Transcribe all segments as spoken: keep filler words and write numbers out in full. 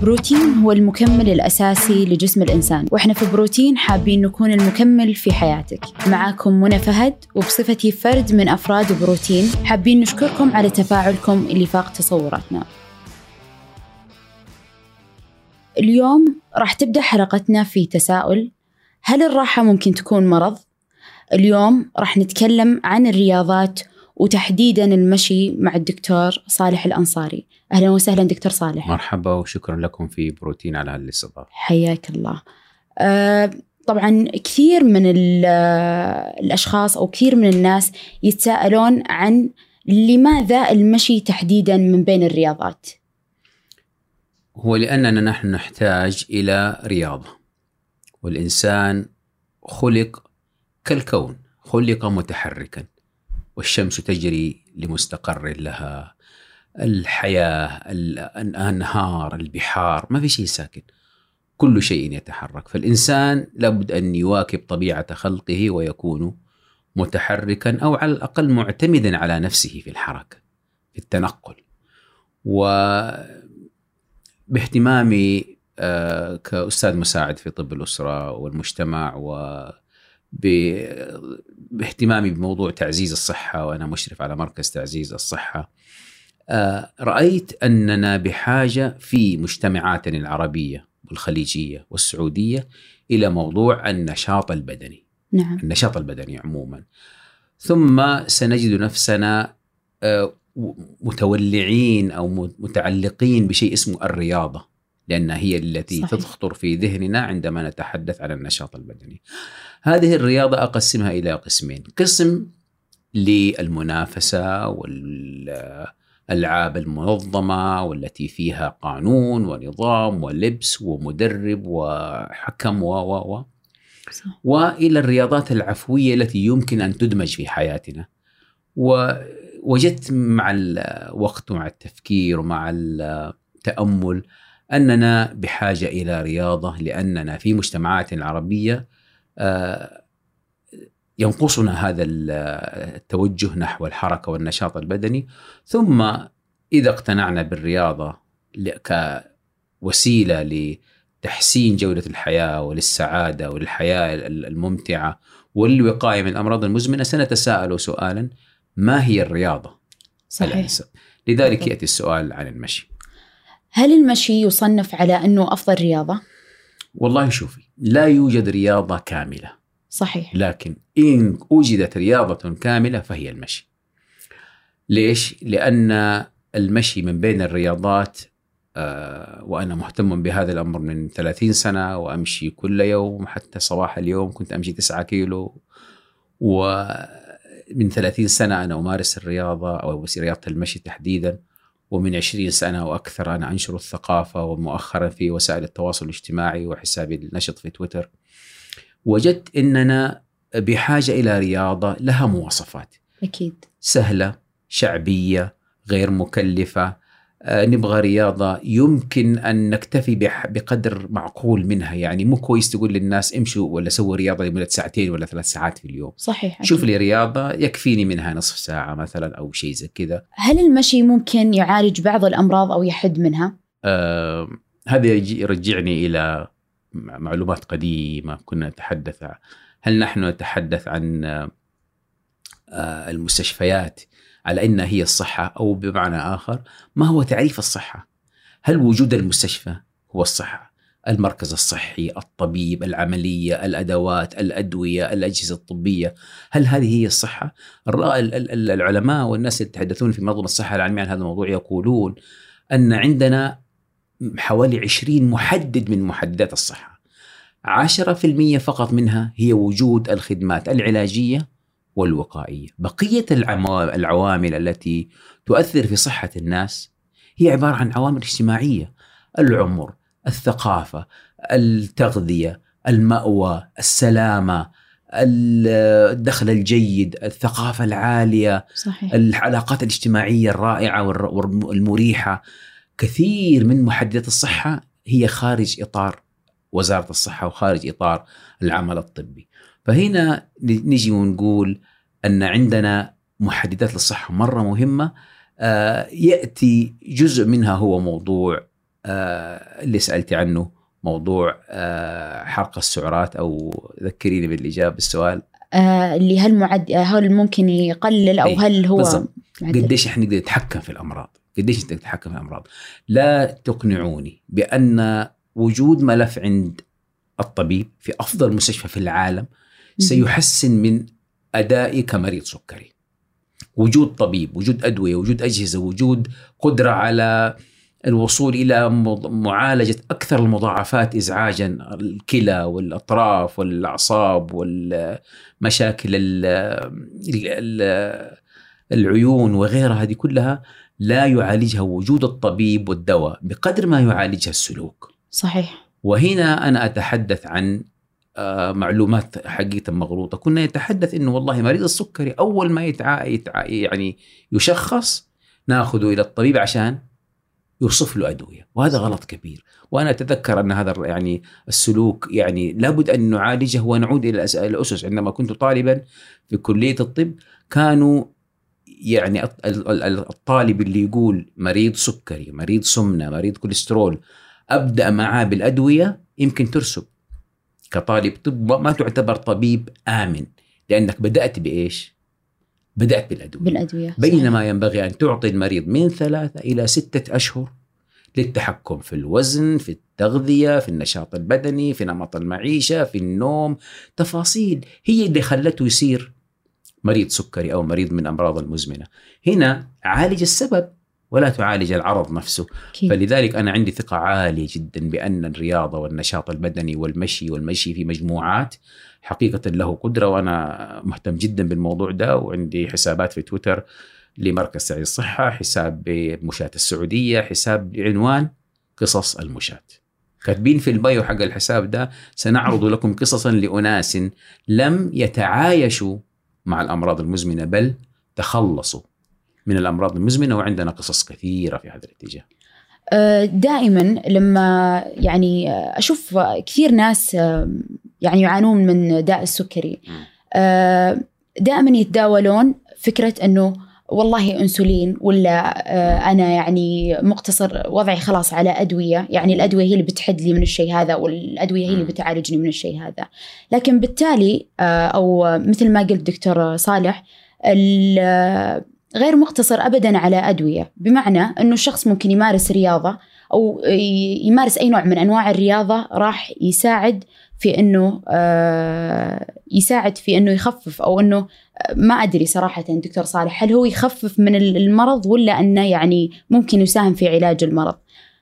بروتين هو المكمل الأساسي لجسم الإنسان، وإحنا في بروتين حابين نكون المكمل في حياتك. معاكم منى فهد، وبصفتي فرد من أفراد بروتين حابين نشكركم على تفاعلكم اللي فاق تصوراتنا. اليوم راح تبدأ حلقتنا في تساؤل: هل الراحة ممكن تكون مرض؟ اليوم راح نتكلم عن الرياضات وتحديداً المشي مع الدكتور صالح الأنصاري. أهلاً وسهلاً دكتور صالح. مرحبا وشكراً لكم في بروتين على هالاستضافة. حياك الله. أه طبعاً كثير من الأشخاص أو كثير من الناس يتساءلون عن لماذا المشي تحديداً من بين الرياضات. هو لأننا نحن نحتاج إلى رياضة، والإنسان خلق كالكون، خلق متحركاً، والشمس تجري لمستقر لها، الحياة، الأنهار، البحار، ما في شيء ساكن، كل شيء يتحرك. فالإنسان لابد أن يواكب طبيعة خلقه ويكون متحركاً، أو على الأقل معتمداً على نفسه في الحركة، في التنقل. وباهتمامي كأستاذ مساعد في طب الأسرة والمجتمع، و باهتمامي بموضوع تعزيز الصحة، وأنا مشرف على مركز تعزيز الصحة، رأيت أننا بحاجة في مجتمعاتنا العربية والخليجية والسعودية إلى موضوع النشاط البدني. نعم. النشاط البدني عموما. ثم سنجد نفسنا متولعين أو متعلقين بشيء اسمه الرياضة، لأنها هي التي صحيح. تخطر في ذهننا عندما نتحدث عن النشاط البدني. هذه الرياضة أقسمها إلى قسمين: قسم للمنافسة والألعاب المنظمة والتي فيها قانون ونظام ولبس ومدرب وحكم و و و وإلى الرياضات العفوية التي يمكن أن تدمج في حياتنا. ووجدت مع الوقت ومع التفكير ومع التأمل أننا بحاجة إلى رياضة، لأننا في مجتمعات العربية ينقصنا هذا التوجه نحو الحركة والنشاط البدني. ثم إذا اقتنعنا بالرياضة كوسيلة لتحسين جودة الحياة وللسعادة وللحياة الممتعة والوقاية من الأمراض المزمنة، سنتساءل سؤالا: ما هي الرياضة الأنسب؟ لذلك يأتي السؤال عن المشي. هل المشي يصنف على أنه أفضل رياضة؟ والله شوفي، لا يوجد رياضة كاملة. صحيح. لكن إن وجدت رياضة كاملة فهي المشي. ليش؟ لأن المشي من بين الرياضات، آه وأنا مهتم بهذا الأمر من ثلاثين سنة، وأمشي كل يوم، حتى صباح اليوم كنت أمشي تسعة كيلو. ومن ثلاثين سنة أنا أمارس الرياضة، أو رياضة المشي تحديداً. ومن عشرين سنة وأكثر أنا أنشر الثقافة، ومؤخرا في وسائل التواصل الاجتماعي وحسابي النشط في تويتر. وجدت أننا بحاجة إلى رياضة لها مواصفات. أكيد. سهلة، شعبية، غير مكلفة. آه نبغى رياضة يمكن أن نكتفي بقدر معقول منها، يعني مو كويس تقول للناس امشوا ولا سووا رياضة لمدة ساعتين ولا ثلاث ساعات في اليوم. صحيح. أكيد. شوف لي رياضة يكفيني منها نصف ساعة مثلا أو شيء زي كذا. هل المشي ممكن يعالج بعض الأمراض أو يحد منها؟ آه هذا يرجعني إلى معلومات قديمة كنا نتحدث. هل نحن نتحدث عن آه المستشفيات على أنها هي الصحة، أو بمعنى آخر ما هو تعريف الصحة؟ هل وجود المستشفى هو الصحة؟ المركز الصحي، الطبيب، العملية، الأدوات، الأدوية، الأجهزة الطبية، هل هذه هي الصحة؟ العلماء والناس اللي يتحدثون في منظمة الصحة العالمية عن هذا الموضوع يقولون أن عندنا حوالي عشرين محدد من محددات الصحة، عشرة في المية فقط منها هي وجود الخدمات العلاجية والوقائية. بقية العوامل التي تؤثر في صحة الناس هي عبارة عن عوامل اجتماعية: العمر، الثقافة، التغذية، المأوى، السلامة، الدخل الجيد، الثقافة العالية. صحيح. العلاقات الاجتماعية الرائعة والمريحة. كثير من محددات الصحة هي خارج إطار وزارة الصحة وخارج إطار العمل الطبي. فهنا نجي ونقول أن عندنا محددات للصحة مرة مهمة. يأتي جزء منها هو موضوع آه اللي سألتي عنه، موضوع آه حرق السعرات، أو ذكريني بالإجابة بالسؤال. آه اللي هل معد هل ممكن يقلل أو هل هو بالضبط. قديش إحنا نقدر نتحكم في الأمراض، قديش نقدر نتحكم في الأمراض. لا تقنعوني بأن وجود ملف عند الطبيب في أفضل مستشفى في العالم سيحسن من أدائي كمريض سكري. وجود طبيب، وجود أدوية، وجود أجهزة، وجود قدرة على الوصول إلى معالجة أكثر المضاعفات إزعاجا، الكلى والأطراف والأعصاب والمشاكل العيون وغيرها، هذه كلها لا يعالجها وجود الطبيب والدواء بقدر ما يعالجها السلوك. صحيح. وهنا أنا أتحدث عن معلومات حقيقة مغلوطة. كنا نتحدث إنه والله مريض السكري أول ما يتع... يتع... يعني يشخص ناخذه إلى الطبيب عشان يوصف له أدوية، وهذا غلط كبير. وأنا أتذكر أن هذا يعني السلوك يعني لابد أن نعالجه. ونعود إلى الأسس. عندما كنت طالبا في كلية الطب كانوا يعني الطالب اللي يقول مريض سكري، مريض سمنة، مريض كوليسترول، أبدأ معاه بالأدوية، يمكن ترسب كطالب طب، ما تعتبر طبيب آمن، لأنك بدأت بإيش؟ بدأت بالأدوية, بالأدوية. بينما صحيح. ينبغي أن تعطي المريض من ثلاثة إلى ستة أشهر للتحكم في الوزن، في التغذية، في النشاط البدني، في نمط المعيشة، في النوم. تفاصيل هي اللي خلته يصير مريض سكري أو مريض من أمراض المزمنة. هنا عالج السبب ولا تعالج العرض نفسه. كي. فلذلك أنا عندي ثقة عالية جدا بأن الرياضة والنشاط البدني والمشي والمشي في مجموعات حقيقة له قدرة. وأنا مهتم جدا بالموضوع ده، وعندي حسابات في تويتر لمركز سعي الصحة، حساب بمشاة السعودية، حساب بعنوان قصص المشاة. كاتبين في البايو حق الحساب ده سنعرض لكم قصصا لأناس لم يتعايشوا مع الأمراض المزمنة بل تخلصوا من الأمراض المزمنة، وعندنا قصص كثيرة في هذا الاتجاه. دائما لما يعني أشوف كثير ناس يعني يعانون من داء السكري، دائما يتداولون فكرة أنه والله أنسولين، ولا أنا يعني مقتصر وضعي خلاص على أدوية، يعني الأدوية هي اللي بتحد لي من الشيء هذا، والأدوية هي اللي بتعالجني من الشيء هذا. لكن بالتالي أو مثل ما قلت دكتور صالح، غير مقتصر أبداً على أدوية، بمعنى أنه الشخص ممكن يمارس رياضة أو يمارس أي نوع من أنواع الرياضة راح يساعد في أنه يساعد في أنه يخفف، أو أنه ما أدري صراحة دكتور صالح هل هو يخفف من المرض ولا أنه يعني ممكن يساهم في علاج المرض.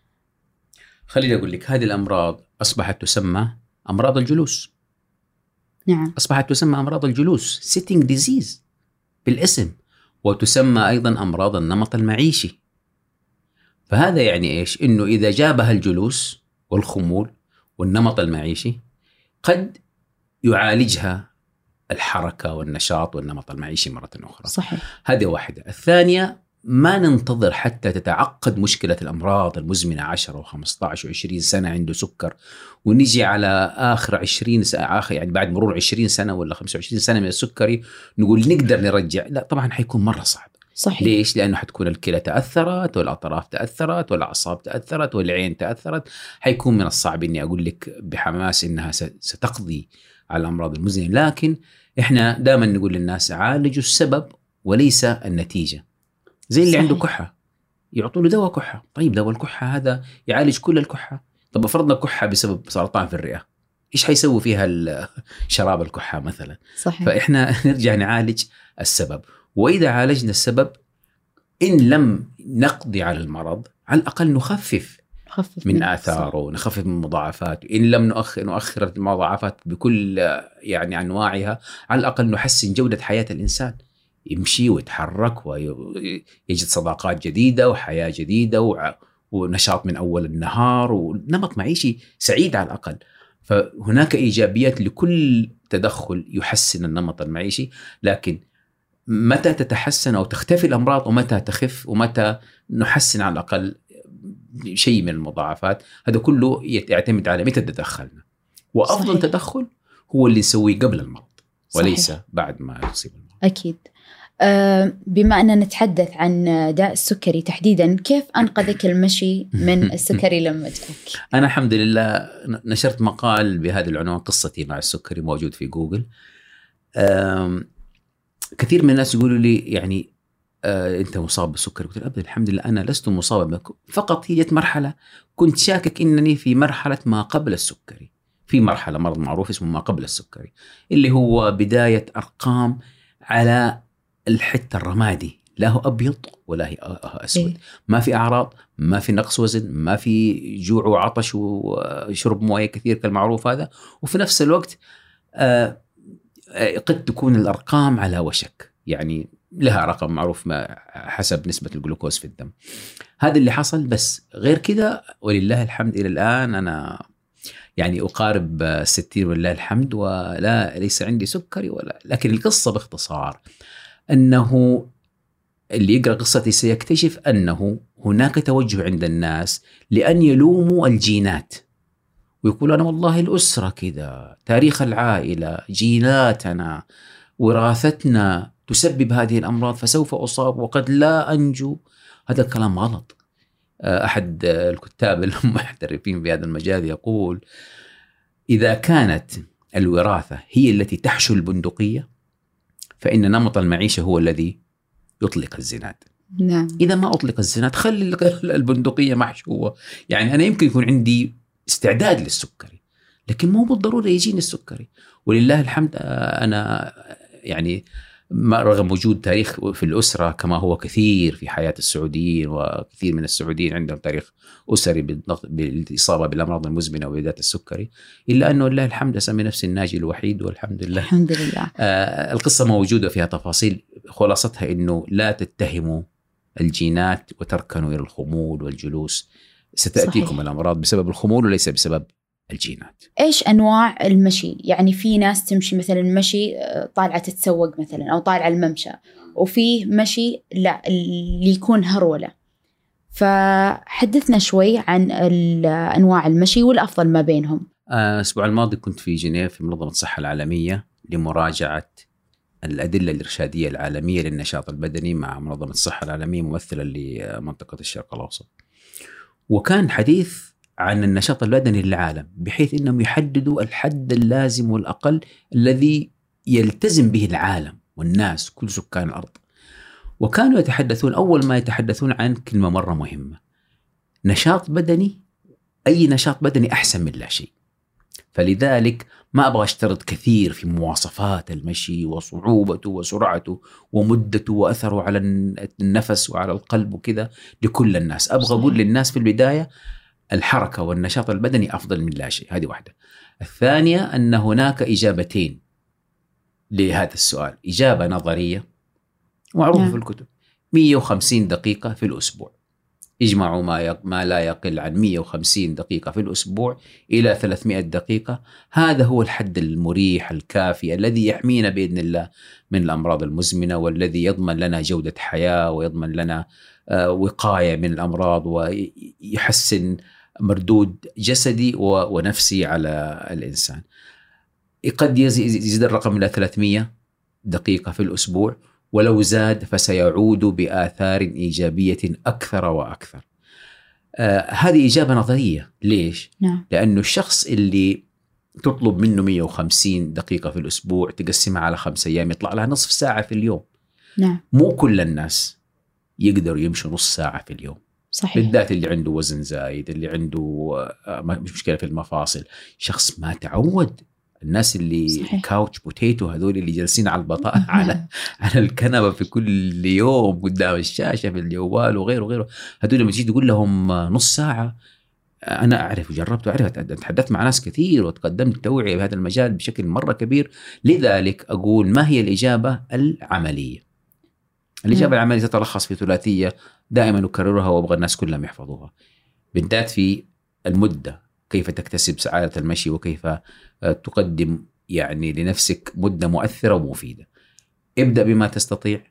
خليني أقول لك، هذه الأمراض أصبحت تسمى أمراض الجلوس. نعم. أصبحت تسمى أمراض الجلوس sitting disease بالاسم، وتسمى أيضا أمراض النمط المعيشي. فهذا يعني إيش؟ إنه إذا جابها الجلوس والخمول والنمط المعيشي قد يعالجها الحركة والنشاط والنمط المعيشي مرة أخرى. صحيح. هذه واحدة. الثانية، ما ننتظر حتى تتعقد مشكلة الأمراض المزمنة عشرة وخمسة عشر وعشرين سنة عنده سكر، ونجي على آخر عشرين سنة، آخر يعني بعد مرور عشرين سنة ولا خمسة وعشرين سنة من السكري نقول نقدر نرجع. لا طبعا حيكون مرة صعب. صحيح. ليش؟ لأنه حتكون الكلى تأثرت، والأطراف تأثرت، والأعصاب تأثرت، والعين تأثرت. حيكون من الصعب إني أقول لك بحماس إنها ستقضي على الأمراض المزمنة، لكن إحنا دائما نقول للناس عالجوا السبب وليس النتيجة. زي اللي صحيح. عنده كحة يعطوا له دواء كحة. طيب دواء الكحة هذا يعالج كل الكحة. طب فرضنا كحة بسبب سرطان في الرئة، إيش حيسوي فيها شراب الكحة مثلا؟ صحيح. فإحنا نرجع نعالج السبب، وإذا عالجنا السبب إن لم نقضي على المرض على الأقل نخفف نخفف من آثاره، نخفف من مضاعفاته. إن لم نؤخر نؤخر المضاعفات بكل يعني أنواعها، على الأقل نحسن جودة حياة الإنسان، يمشي ويتحرك ويجد صداقات جديدة وحياة جديدة ونشاط من أول النهار ونمط معيشي سعيد على الأقل. فهناك إيجابيات لكل تدخل يحسن النمط المعيشي، لكن متى تتحسن أو تختفي الأمراض، ومتى تخف، ومتى نحسن على الأقل شيء من المضاعفات، هذا كله يعتمد على متى تدخلنا. وأفضل صحيح. تدخل هو اللي نسويه قبل المرض وليس صحيح. بعد ما يصيب المرض. أكيد. أه بما أننا نتحدث عن داء السكري تحديدا، كيف أنقذك المشي من السكري لما جاك؟ أنا الحمد لله نشرت مقال بهذا العنوان، قصتي مع السكري، موجود في جوجل. كثير من الناس يقولوا لي يعني آه أنت مصاب بالسكري. قلت أبدا الحمد لله أنا لست مصابا، فقط هي جت مرحلة كنت شاكك إنني في مرحلة ما قبل السكري. في مرحلة مرض معروف اسمه ما قبل السكري، اللي هو بداية أرقام على الحتة الرمادي، لا هو أبيض ولا هي أسود. ما في أعراض، ما في نقص وزن، ما في جوع وعطش وشرب موية كثير كالمعروف هذا، وفي نفس الوقت آه قد تكون الأرقام على وشك، يعني لها رقم معروف ما حسب نسبة الجلوكوز في الدم. هذا اللي حصل، بس غير كده ولله الحمد إلى الآن أنا يعني أقارب الستين ولله الحمد، ولا ليس عندي سكري ولا. لكن القصة باختصار أنه اللي يقرأ قصتي سيكتشف أنه هناك توجه عند الناس لأن يلوموا الجينات، ويقول أنا والله الأسرة كذا، تاريخ العائلة، جيناتنا، وراثتنا تسبب هذه الأمراض، فسوف أصاب وقد لا أنجو. هذا الكلام غلط. أحد الكتاب المحترفين في هذا المجال يقول إذا كانت الوراثة هي التي تحشو البندقية، فإن نمط المعيشة هو الذي يطلق الزناد. نعم. إذا ما أطلق الزناد خلي البندقية محشوة. يعني أنا يمكن يكون عندي استعداد للسكري، لكن مو بالضرورة يجيني السكري. ولله الحمد أنا يعني رغم وجود تاريخ في الأسرة كما هو كثير في حياة السعوديين، وكثير من السعوديين عندهم تاريخ أسري بالإصابة بالأمراض المزمنة وبالذات السكري، إلا أنه لله الحمد أسمي نفسي الناجي الوحيد والحمد لله. الحمد لله. آه القصة موجودة فيها تفاصيل، خلاصتها أنه لا تتهموا الجينات وتركنوا إلى الخمول والجلوس. ستأتيكم صحيح. الأمراض بسبب الخمول وليس بسبب الجينات. إيش أنواع المشي؟ يعني في ناس تمشي مثلا مشي طالعة تتسوق مثلا أو طالعة الممشى، وفي مشي لا اللي يكون هرولة. فحدثنا شوي عن أنواع المشي والأفضل ما بينهم. الأسبوع الماضي كنت في جنيف في منظمة الصحة العالمية لمراجعة الأدلة الإرشادية العالمية للنشاط البدني مع منظمة الصحة العالمية ممثلة لمنطقة الشرق الأوسط، وكان حديث عن النشاط البدني للعالم، بحيث أنهم يحددوا الحد اللازم والأقل الذي يلتزم به العالم والناس كل سكان الأرض. وكانوا يتحدثون أول ما يتحدثون عن كلمة مرة مهمة: نشاط بدني، أي نشاط بدني أحسن من لا شيء. فلذلك ما أبغى أشترط كثير في مواصفات المشي وصعوبته وسرعته ومدته وأثره على النفس وعلى القلب وكذا لكل الناس. أبغى أقول للناس في البداية الحركة والنشاط البدني أفضل من لا شيء. هذه واحدة. الثانية أن هناك إجابتين لهذا السؤال. إجابة نظرية معروفة في الكتب: مئة وخمسين دقيقة في الأسبوع. اجمعوا ما, ما لا يقل عن مئة وخمسين دقيقة في الأسبوع إلى ثلاثمئة دقيقة. هذا هو الحد المريح الكافي الذي يحمينا بإذن الله من الأمراض المزمنة، والذي يضمن لنا جودة حياة ويضمن لنا وقاية من الأمراض ويحسن مردود جسدي ونفسي على الإنسان. قد يزيد الرقم إلى ثلاثمئة دقيقة في الأسبوع، ولو زاد فسيعود بآثار إيجابية أكثر وأكثر. آه هذه إجابة نظرية. ليش؟ نعم. لأنه الشخص اللي تطلب منه مئة وخمسين دقيقة في الأسبوع تقسمها على خمس أيام يطلع لها نصف ساعة في اليوم. نعم. مو كل الناس يقدروا يمشوا نص ساعة في اليوم. صحيح. بالذات اللي عنده وزن زايد، اللي عنده مشكلة في المفاصل، شخص ما تعود. الناس اللي صحيح. كاوتش بوتيتو، هذول اللي جالسين على البطاء على على الكنبة في كل يوم قدام الشاشة في الجوال وغيره وغيره، هذول لما تيجي تقول لهم نص ساعة، أنا أعرف وجربت وأعرف، تحدثت مع ناس كثير وتقدمت توعية بهذا المجال بشكل مرة كبير. لذلك أقول ما هي الإجابة العملية؟ الإجابة العملية تتلخص في ثلاثية دائما أكررها وأبغى الناس كلهم يحفظوها، بالذات في المدة: كيف تكتسب سعادة المشي، وكيف تقدم يعني لنفسك مدة مؤثرة ومفيدة. ابدأ بما تستطيع،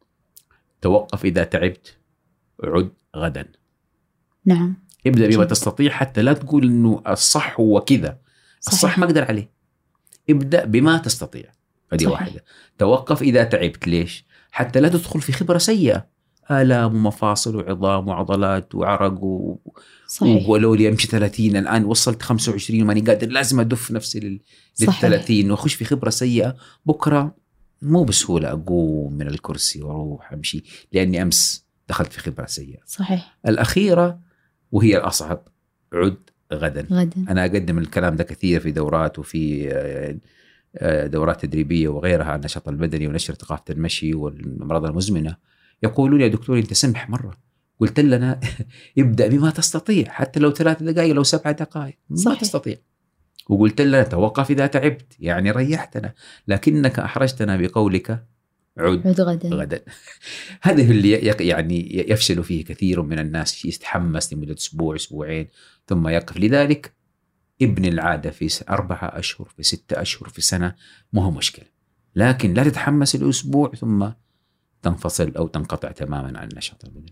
توقف إذا تعبت، عد غدا. نعم. ابدأ بما تستطيع، حتى لا تقول إنه الصح هو كذا، الصح ما أقدر عليه. ابدأ بما تستطيع. هذه واحدة. توقف إذا تعبت. ليش؟ حتى لا تدخل في خبرة سيئة، آلام ومفاصل وعظام وعضلات وعرق و... صحيح. ولو لي أمشي ثلاثين الآن وصلت خمسة وعشرين وماني قادر، لازم أدف نفسي لل... للثلاثين وأخش في خبرة سيئة. بكرة مو بسهولة أقوم من الكرسي وأروح أمشي لأني أمس دخلت في خبرة سيئة. صحيح. الأخيرة وهي الأصعب، عد غدا. غدا. أنا أقدم الكلام ده كثير في دورات وفي دورات تدريبية وغيرها عن النشاط البدني ونشر ثقافة المشي والأمراض المزمنة. يقولون يا دكتور أنت سمح مرة، قلت لنا ابدأ بما تستطيع، حتى لو ثلاث دقائق لو سبع دقائق ما صحيح. تستطيع. وقلت لنا توقف إذا تعبت، يعني ريحتنا، لكنك أحرجتنا بقولك عد, عد غدا, غدا. هذا اللي يعني يفشل فيه كثير من الناس، يتحمس لمدة أسبوع أسبوعين ثم يقف. لذلك ابن العادة في أربعة أشهر في ستة أشهر في سنة ما هو مشكلة، لكن لا تتحمس الأسبوع ثم تنفصل أو تنقطع تماما عن النشاط البدني.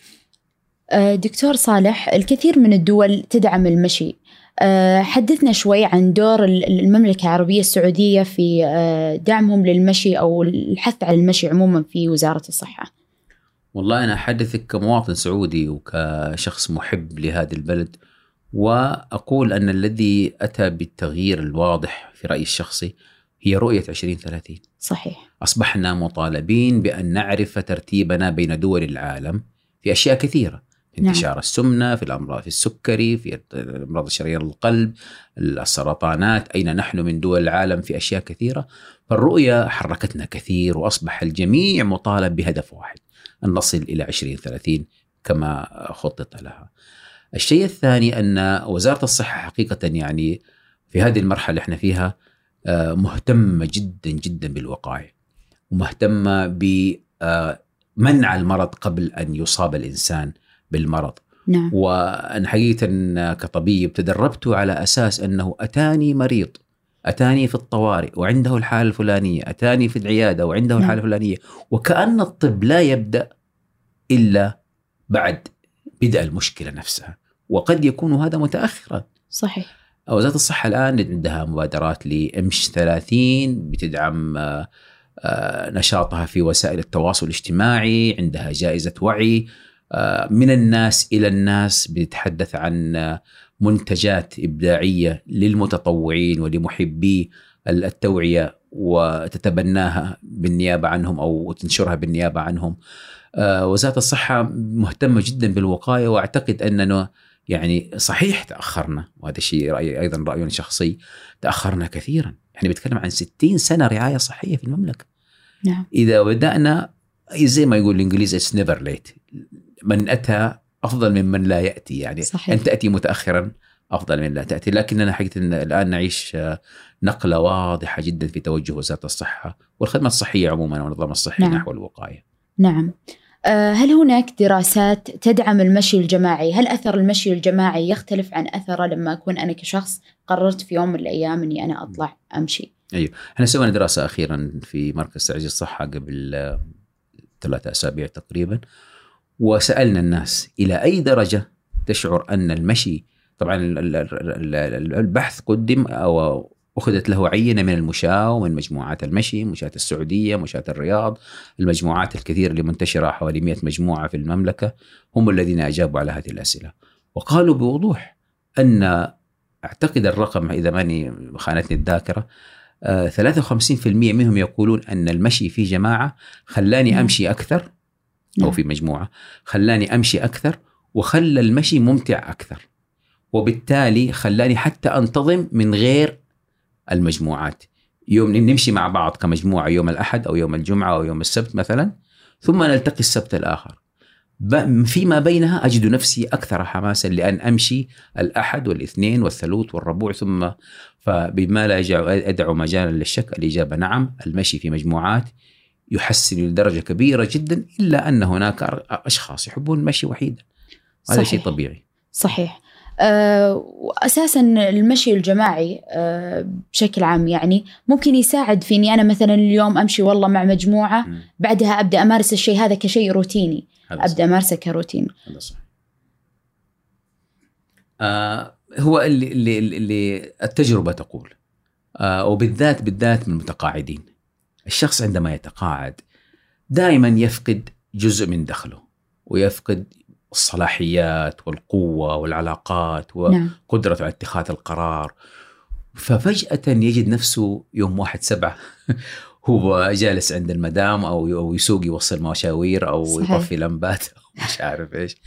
دكتور صالح، الكثير من الدول تدعم المشي، حدثنا شوي عن دور المملكة العربية السعودية في دعمهم للمشي أو الحث على المشي عموما في وزارة الصحة. والله أنا أحدثك كمواطن سعودي وكشخص محب لهذا البلد، وأقول أن الذي أتى بالتغيير الواضح في رأيي الشخصي هي رؤية عشرين ثلاثين. صحيح. أصبحنا مطالبين بأن نعرف ترتيبنا بين دول العالم في أشياء كثيرة، في انتشار نعم. السمنة، في الأمراض، في السكري، في الأمراض الشرايين القلب، السرطانات، أين نحن من دول العالم في أشياء كثيرة. فالرؤية حركتنا كثير، وأصبح الجميع مطالب بهدف واحد، أن نصل إلى عشرين ثلاثين كما خطط لها. الشيء الثاني أن وزارة الصحة حقيقة يعني في هذه المرحلة اللي احنا فيها مهتمة جدا جدا بالوقاية، ومهتمة بمنع المرض قبل أن يصاب الإنسان بالمرض. نعم. وأنا حقيقة كطبيب تدربت على أساس أنه أتاني مريض، أتاني في الطوارئ وعنده الحالة الفلانية، أتاني في العيادة وعنده نعم. الحالة الفلانية، وكأن الطب لا يبدأ إلا بعد بدأ المشكلة نفسها، وقد يكون هذا متأخرا. صحيح. وزارة الصحة الآن عندها مبادرات لإمش ثلاثين بتدعم نشاطها في وسائل التواصل الاجتماعي، عندها جائزة وعي من الناس إلى الناس، بتتحدث عن منتجات إبداعية للمتطوعين ولمحبي التوعية وتتبناها بالنيابة عنهم أو تنشرها بالنيابة عنهم. وزارة الصحة مهتمة جدا بالوقاية، وأعتقد أننا يعني صحيح تأخرنا، وهذا الشيء رأيي أيضا رأيي شخصي، تأخرنا كثيرا. احنا بنتكلم عن ستين سنة رعاية صحية في المملكة. نعم. إذا بدأنا زي ما يقول الإنجليزي it's never late، من أتى أفضل من من لا يأتي، يعني صحيح. أن تأتي متأخرا أفضل من لا تأتي. لكننا حقيقة الآن نعيش نقلة واضحة جدا في توجه وزارة الصحة والخدمة الصحية عموما والنظام الصحي نعم. نحو الوقاية. نعم. هل هناك دراسات تدعم المشي الجماعي؟ هل أثر المشي الجماعي يختلف عن أثره لما أكون أنا كشخص قررت في يوم من الأيام أني أنا أطلع أمشي؟ أيوة، احنا سوينا دراسة أخيرا في مركز تعزيز الصحة قبل ثلاثة أسابيع تقريبا، وسألنا الناس إلى أي درجة تشعر أن المشي، طبعا البحث قدم أو أخذت له عينة من المشاة ومن مجموعات المشي، مشاة السعودية، مشاة الرياض، المجموعات الكثيرة اللي منتشرة حوالي مئة مجموعة في المملكة، هم الذين أجابوا على هذه الأسئلة وقالوا بوضوح أن أعتقد الرقم إذا ماني خانتني الذاكرة ثلاثة وخمسين بالمئة منهم يقولون أن المشي في جماعة خلاني أمشي أكثر، أو في مجموعة خلاني أمشي أكثر، وخلى المشي ممتع أكثر، وبالتالي خلاني حتى أنتظم من غير المجموعات. يوم نمشي مع بعض كمجموعة يوم الأحد أو يوم الجمعة أو يوم السبت مثلا، ثم نلتقي السبت الآخر، فيما بينها أجد نفسي أكثر حماسا لأن أمشي الأحد والاثنين والثلاث والربوع. ثم فبما لا أدعو مجالا للشك، الإجابة نعم، المشي في مجموعات يحسن لدرجة كبيرة جدا، إلا أن هناك أشخاص يحبون المشي وحيدا، هذا شيء طبيعي. صحيح. وأساساً المشي الجماعي أه بشكل عام يعني ممكن يساعد في أني أنا مثلاً اليوم أمشي والله مع مجموعة، م. بعدها أبدأ أمارس الشيء هذا كشيء روتيني، أبدأ أمارسه كروتين. هذا صح. آه هو اللي, اللي, اللي التجربة تقول، آه وبالذات بالذات من المتقاعدين، الشخص عندما يتقاعد دائما يفقد جزء من دخله، ويفقد الصلاحيات والقوة والعلاقات وقدرة على اتخاذ القرار. ففجأة يجد نفسه يوم واحد سبعة هو جالس عند المدام أو يسوق يوصل مشاوير أو صحيح. يطفي لمبات أو مش عارف إيش.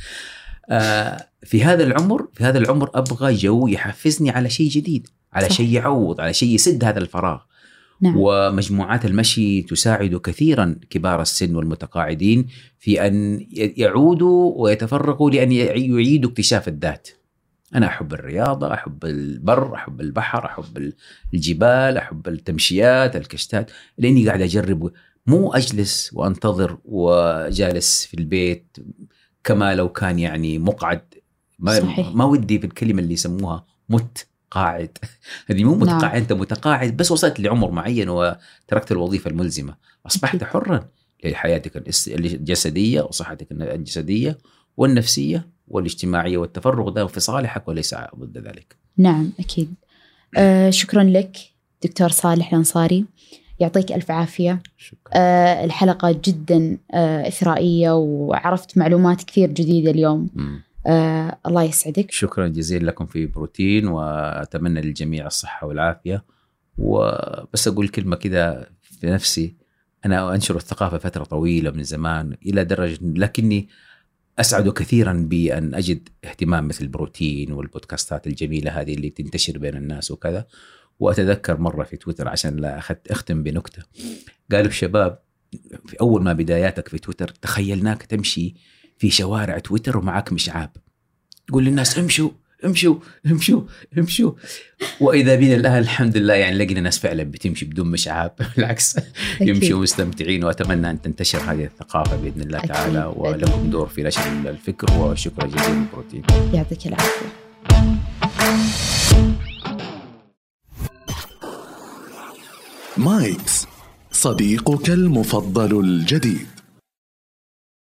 آه في هذا العمر في هذا العمر أبغى جو يحفزني على شيء جديد، على شيء يعوض، على شيء يسد هذا الفراغ. نعم. ومجموعات المشي تساعد كثيرا كبار السن والمتقاعدين في أن يعودوا ويتفرغوا لأن يعيدوا اكتشاف الذات. أنا أحب الرياضة، أحب البر، أحب البحر، أحب الجبال، أحب التمشيات، الكشتات، لأني قاعد أجرب، مو أجلس وأنتظر وجالس في البيت كما لو كان يعني مقعد. ما, ما ودي في الكلمة اللي يسموها مت قاعد. هذه مو متقاعد، أنت متقاعد بس وصلت لعمر معين وتركت الوظيفة الملزمة، أصبحت حرا لحياتك الجسدية وصحتك الجسدية والنفسية والاجتماعية، والتفرغ ده في صالحك وليس ضد ذلك. نعم أكيد. آه شكرا لك دكتور صالح الأنصاري، يعطيك ألف عافية. آه الحلقة جدا آه إثرائية، وعرفت معلومات كثير جديدة اليوم. م. آه الله يسعدك. شكرا جزيلا لكم في بروتين، وأتمنى للجميع الصحة والعافية. وبس أقول كلمة كده في نفسي، أنا أنشر الثقافة فترة طويلة من زمان إلى درجة، لكني أسعد كثيرا بأن أجد اهتمام مثل البروتين والبودكاستات الجميلة هذه اللي تنتشر بين الناس وكذا. وأتذكر مرة في تويتر، عشان لا أخذت أختم بنكتة، قالوا الشباب في أول ما بداياتك في تويتر تخيلناك تمشي في شوارع تويتر ومعك مشعاب، قول للناس امشوا امشوا امشوا امشوا، وإذا بينا الآن الحمد لله يعني لقينا ناس فعلا بتمشي بدون مشعاب، بالعكس يمشوا مستمتعين. وأتمنى أن تنتشر هذه الثقافة بإذن الله أكيد. تعالى ولكم دور في نشر الفكر، وشكرا جزيلا للبروتين. يعطيك العافية. مايكس صديقك المفضل الجديد.